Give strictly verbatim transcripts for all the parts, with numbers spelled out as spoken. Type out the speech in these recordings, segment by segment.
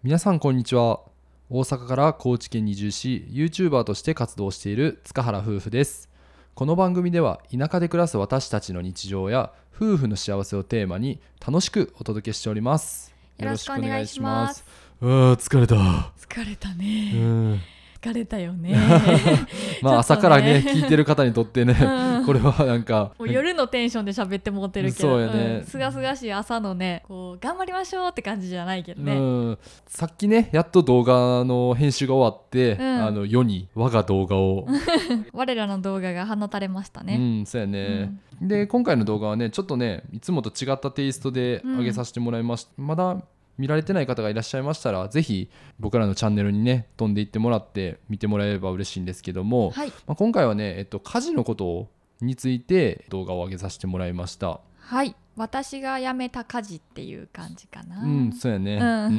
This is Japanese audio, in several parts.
皆さんこんにちは。大阪から高知県に移住し YouTuber として活動している塚原夫婦です。この番組では田舎で暮らす私たちの日常や夫婦の幸せをテーマに楽しくお届けしております。 よろしくお願いします。 あー疲れた。 疲れたね、うん、疲れたよねまあ朝からね聞いてる方にとってね、うん、これはなんかもう夜のテンションで喋ってもうてるけど、 そうやね、 うん、すがすがしい朝のねこう頑張りましょうって感じじゃないけどね、 うん、さっきねやっと動画の編集が終わって、うん、あの世に我が動画を我らの動画が放たれましたね。 うんそうやね、うん、で今回の動画はねちょっとねいつもと違ったテイストで上げさせてもらいました、うん、まだ見られてない方がいらっしゃいましたらぜひ僕らのチャンネルにね飛んでいってもらって見てもらえれば嬉しいんですけども、はい、まあ、今回はね、えっと、家事のことについて動画を上げさせてもらいました。 はい、私が辞めた家事っていう感じかな。 うんそうやね、うんうん、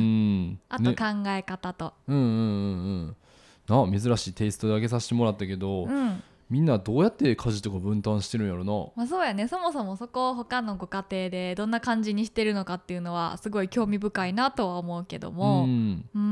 あと考え方と、 ね、うんうんうんうんな珍しいテイストで上げさせてもらったけど、うん、みんなどうやって家事とか分担してるんやろな。 まあ、そうやね。そもそもそこ他のご家庭でどんな感じにしてるのかっていうのはすごい興味深いなとは思うけども、うんうん、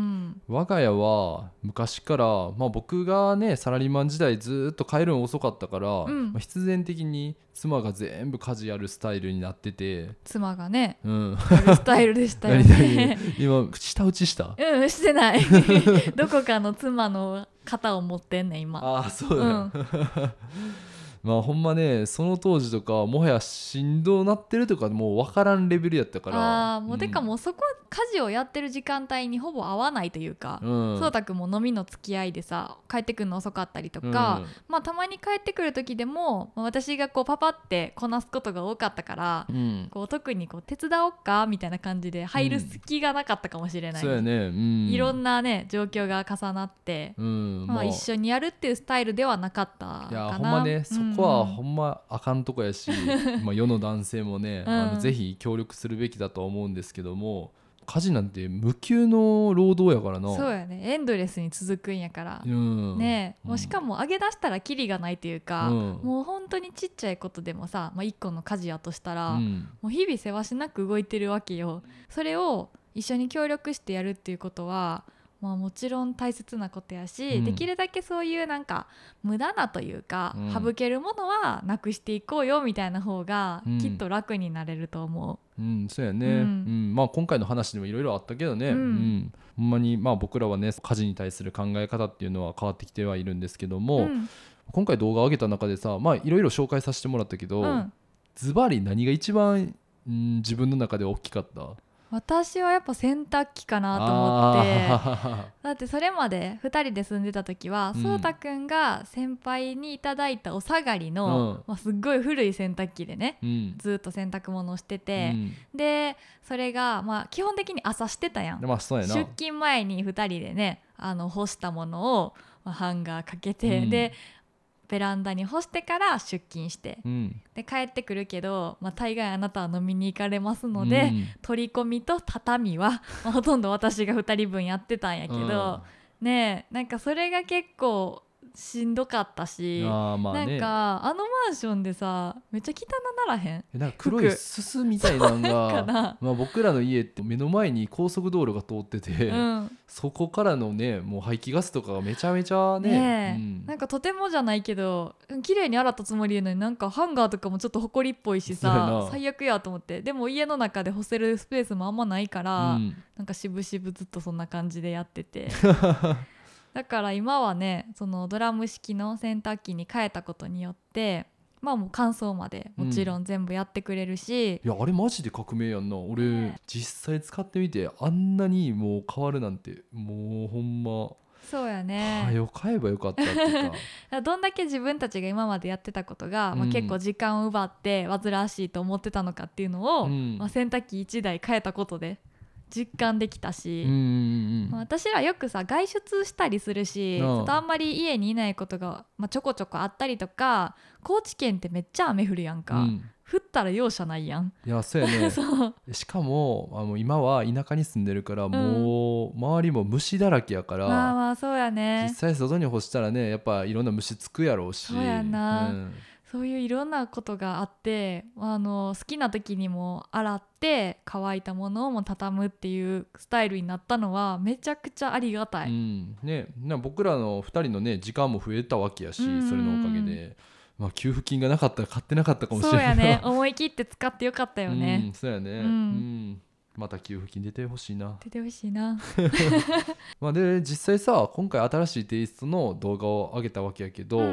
我が家は昔から、まあ、僕がねサラリーマン時代ずっと帰るの遅かったから、うんまあ、必然的に妻が全部家事やるスタイルになってて、 妻がね、うん、 やるスタイルでしたよね今舌打ちしたうんしてないどこかの妻の肩を持ってんねん今。 ああそうだよ、うんまあほんまねその当時とかもはやしんどなってるとかもう分からんレベルやったから。 あもうてかもうそこ家事をやってる時間帯にほぼ合わないというか、そうたくんも飲みの付き合いでさ帰ってくるの遅かったりとか、うん、まあたまに帰ってくる時でも私がこうパパってこなすことが多かったから、うん、こう特にこう手伝おっかみたいな感じで入る隙がなかったかもしれない、 うん、そうやね、うん、 いろんなね状況が重なって、うんまあ、一緒にやるっていうスタイルではなかったかな。 いやほんまね、そこはほんまあかんとこやしまあ世の男性もね、うん、あのぜひ協力するべきだとは思うんですけども、家事なんて無給の労働やからな。 そうやね、エンドレスに続くんやから、うん、ねもうしかも上げ出したらキリがないというか、うん、もう本当にちっちゃいことでもさ、まあ、いっこの家事やとしたら、うん、もう日々せわしなく動いてるわけよ。それを一緒に協力してやるっていうことはまあ、もちろん大切なことやし、うん、できるだけそういうなんか無駄なというか、うん、省けるものはなくしていこうよみたいな方がきっと楽になれると思う。うん、うん、そうやね、うんうんまあ、今回の話でもいろいろあったけどね、うんうん、ほんまにまあ僕らはね家事に対する考え方っていうのは変わってきてはいるんですけども、うん、今回動画を上げた中でさまあいろいろ紹介させてもらったけど、ズバリ何が一番、うん、自分の中で大きかった？ 私はやっぱ洗濯機かなと思って。だってそれまでふたりで住んでた時は、うん、そうたくんが先輩にいただいたお下がりの、うんまあ、すっごい古い洗濯機でね、うん、ずっと洗濯物をしてて、うん、でそれが、まあ、基本的に朝してたやん、まあ、そうやな。出勤前にふたりでねあの干したものを、まあ、ハンガーかけて、でベランダに干してから出勤して、うん、で帰ってくるけど、まあ、大概あなたは飲みに行かれますので、うん、取り込みと畳は、まあ、ほとんど私がふたりぶんやってたんやけど、うん、ねえなんかそれが結構しんどかったし、あ、まあね、なんかあのマンションでさめっちゃ汚ならへん？ なんか黒いすすみたいなのがまあ僕らの家って目の前に高速道路が通ってて、うん、そこからのねもう排気ガスとかがめちゃめちゃ ね, ね、うん、なんかとてもじゃないけど綺麗に洗ったつもりやのになんかハンガーとかもちょっとほこりっぽいしさ最悪やと思って、でも家の中で干せるスペースもあんまないから、うん、なんかしぶしぶずっとそんな感じでやっててだから今はねそのドラム式の洗濯機に変えたことによってまあもう乾燥までもちろん全部やってくれるし、 うん、いやあれマジで革命やんな。俺、ね、実際使ってみてあんなにもう変わるなんてもうほんまそうやね。 はよ買えばよかったっていうかどんだけ自分たちが今までやってたことが、うんまあ、結構時間を奪って煩わしいと思ってたのかっていうのを、うんまあ、洗濯機いちだい変えたことで実感できたし、うんうんうんまあ、私らよくさ外出したりするし、ちょっとあんまり家にいないことが、まあ、ちょこちょこあったりとか、高知県ってめっちゃ雨降るやんか、うん、降ったら容赦ないやん。 いやそうやねそうしかもあの今は田舎に住んでるから、うん、もう周りも虫だらけやから、 まあまあそうやね。 実際外に干したらねやっぱいろんな虫つくやろうし。 そうやな、うんそういういろんなことがあって、あの好きな時にも洗って乾いたものをも畳むっていうスタイルになったのはめちゃくちゃありがたい、 うんね、な僕らのふたりのね時間も増えたわけやし、 うんうんうん、 それのおかげで、まあ、給付金がなかったら買ってなかったかもしれそうないやね、思い切って使ってよかったよね、 うん、そうやね、 うんうん、また給付金出てほしいな。 出てほしいなまあで実際さ今回新しいテイストの動画を上げたわけやけど、 うんうん、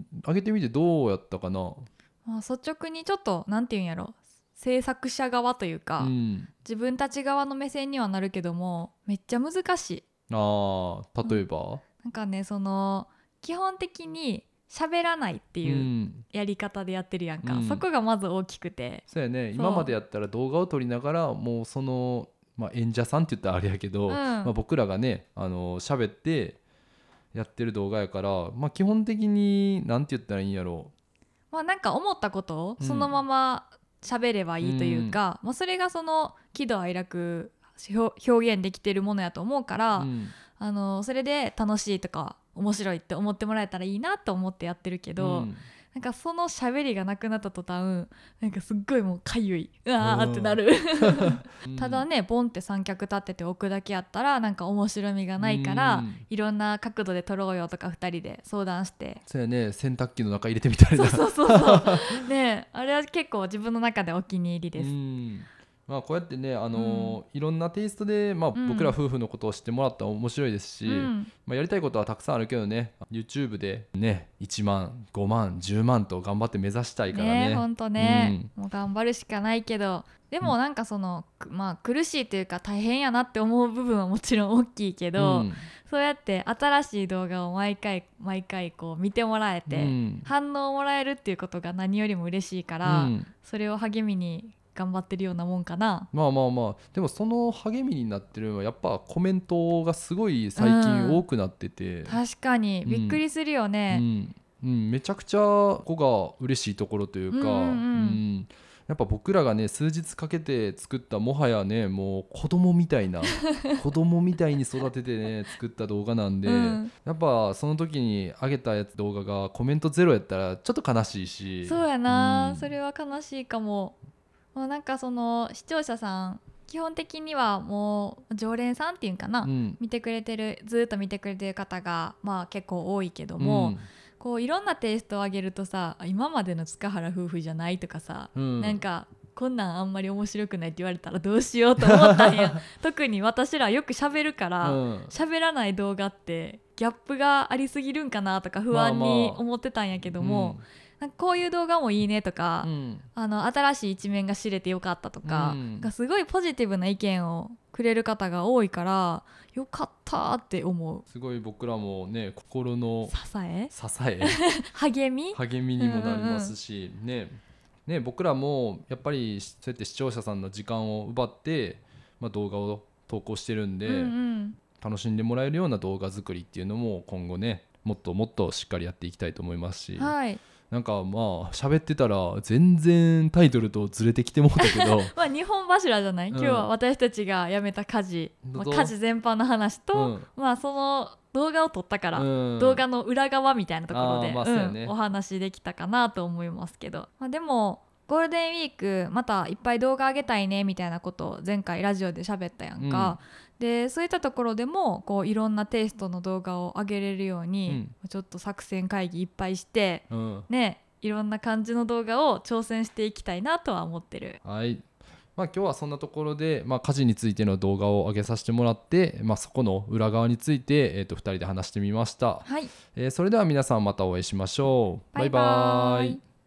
上げてみてどうやったかな。 まあ率直にちょっとなんていうんやろ、制作者側というか、 うん、 自分たち側の目線にはなるけどもめっちゃ難しい。 あ例えば、 なんかね、その基本的に喋らないってういうんやり方でやってるやんか、 うん、 そこがまず大きくて、 そうやね、 そう今までやったら動画を撮りながらもうその、まあ、演者さんって言ったらあれやけど、 うんまあ、僕らがねあの喋ってやってる動画やから、まあ、基本的になんて言ったらいいんやろまあなんか思ったことをうんそのまま喋ればいいというか、まあ、それがその喜怒哀楽表表現できてるものやと思うから、 う、うんあのそれで楽しいとか面白いって思ってもらえたらいいなと思ってやってるけど、 うんなんかその喋りがなくなった途端なんかすっごいもうかゆいうわーってなるただねボンって三脚立てて置くだけやったらなんか面白みがないから、 うんいろんな角度で撮ろうよとかふたりで相談して、 そうやね、洗濯機の中入れてみたりそうなそうそうそうね、あれは結構自分の中でお気に入りです。 うん、まあ、こうやってね、あのーいろんなテイストで、まあ、僕ら夫婦のことを知ってもらったら面白いですし、 うんまあ、やりたいことはたくさんあるけどね YouTube でねいちまんごまんじゅうまんと頑張って目指したいからね。 ねほんとね、もう頑張るしかないけど、でもなんかその、くまあ苦しいというか大変やなって思う部分はもちろん大きいけど、 うんそうやって新しい動画を毎回毎回こう見てもらえて、 うん反応をもらえるっていうことが何よりも嬉しいから、 うんそれを励みに頑張ってるようなもんかな。 まあまあまあ、でもその励みになってるのはやっぱコメントがすごい最近多くなってて、 確かにうんびっくりするようね、 んうん、めちゃくちゃここが嬉しいところというか、 うんうんうんうんやっぱ僕らがね数日かけて作ったもはやねもう子供みたいな子供みたいに育ててね作った動画なんで、 うんやっぱその時に上げたやつ動画がコメントゼロやったらちょっと悲しいし、 そうやな、 うんそれは悲しいかも。まあ、なんかその視聴者さん基本的にはもう常連さんっていうんかな、 うん見てくれてるずっと見てくれてる方がまあ結構多いけども、 うんこういろんなテイストを上げるとさ、今までの塚原夫婦じゃないとかさ、 うんなんかこんなんあんまり面白くないって言われたらどうしようと思ったんや特に私らよく喋るからうん喋、らない動画ってギャップがありすぎるんかなとか不安にまあまあ思ってたんやけども、なんかこういう動画もいいねとか、 うんあの新しい一面が知れてよかったとか、 うんなんかすごいポジティブな意見をくれる方が多いからよかったって思う。 すごい僕らもね心の支え支え励み励みにもなりますし、ねね、僕らもやっぱりそうやって視聴者さんの時間を奪って、まあ、動画を投稿してるんで、 うんうん楽しんでもらえるような動画作りっていうのも今後ねもっともっとしっかりやっていきたいと思いますし、 はいなんかまあ喋ってたら全然タイトルとずれてきてもうたけどまあ日本柱じゃない、 うん今日は私たちが辞めた家事、まあ、 どう家事全般の話と、 うんまあその動画を撮ったから、 うん動画の裏側みたいなところで、 あーまあそうやねうんお話できたかなと思いますけど、まあ、でもゴールデンウィークまたいっぱい動画上げたいねみたいなことを前回ラジオで喋ったやんか、でそういったところでもこういろんなテイストの動画を上げれるように、ちょっと作戦会議いっぱいしてうんね、いろんな感じの動画を挑戦していきたいなとは思ってる。 はいまあ、今日はそんなところで、まあ、家事についての動画を上げさせてもらって、まあ、そこの裏側について、えー、とふたりで話してみました、 はい、 えーそれでは皆さんまたお会いしましょう。 バイバーイ。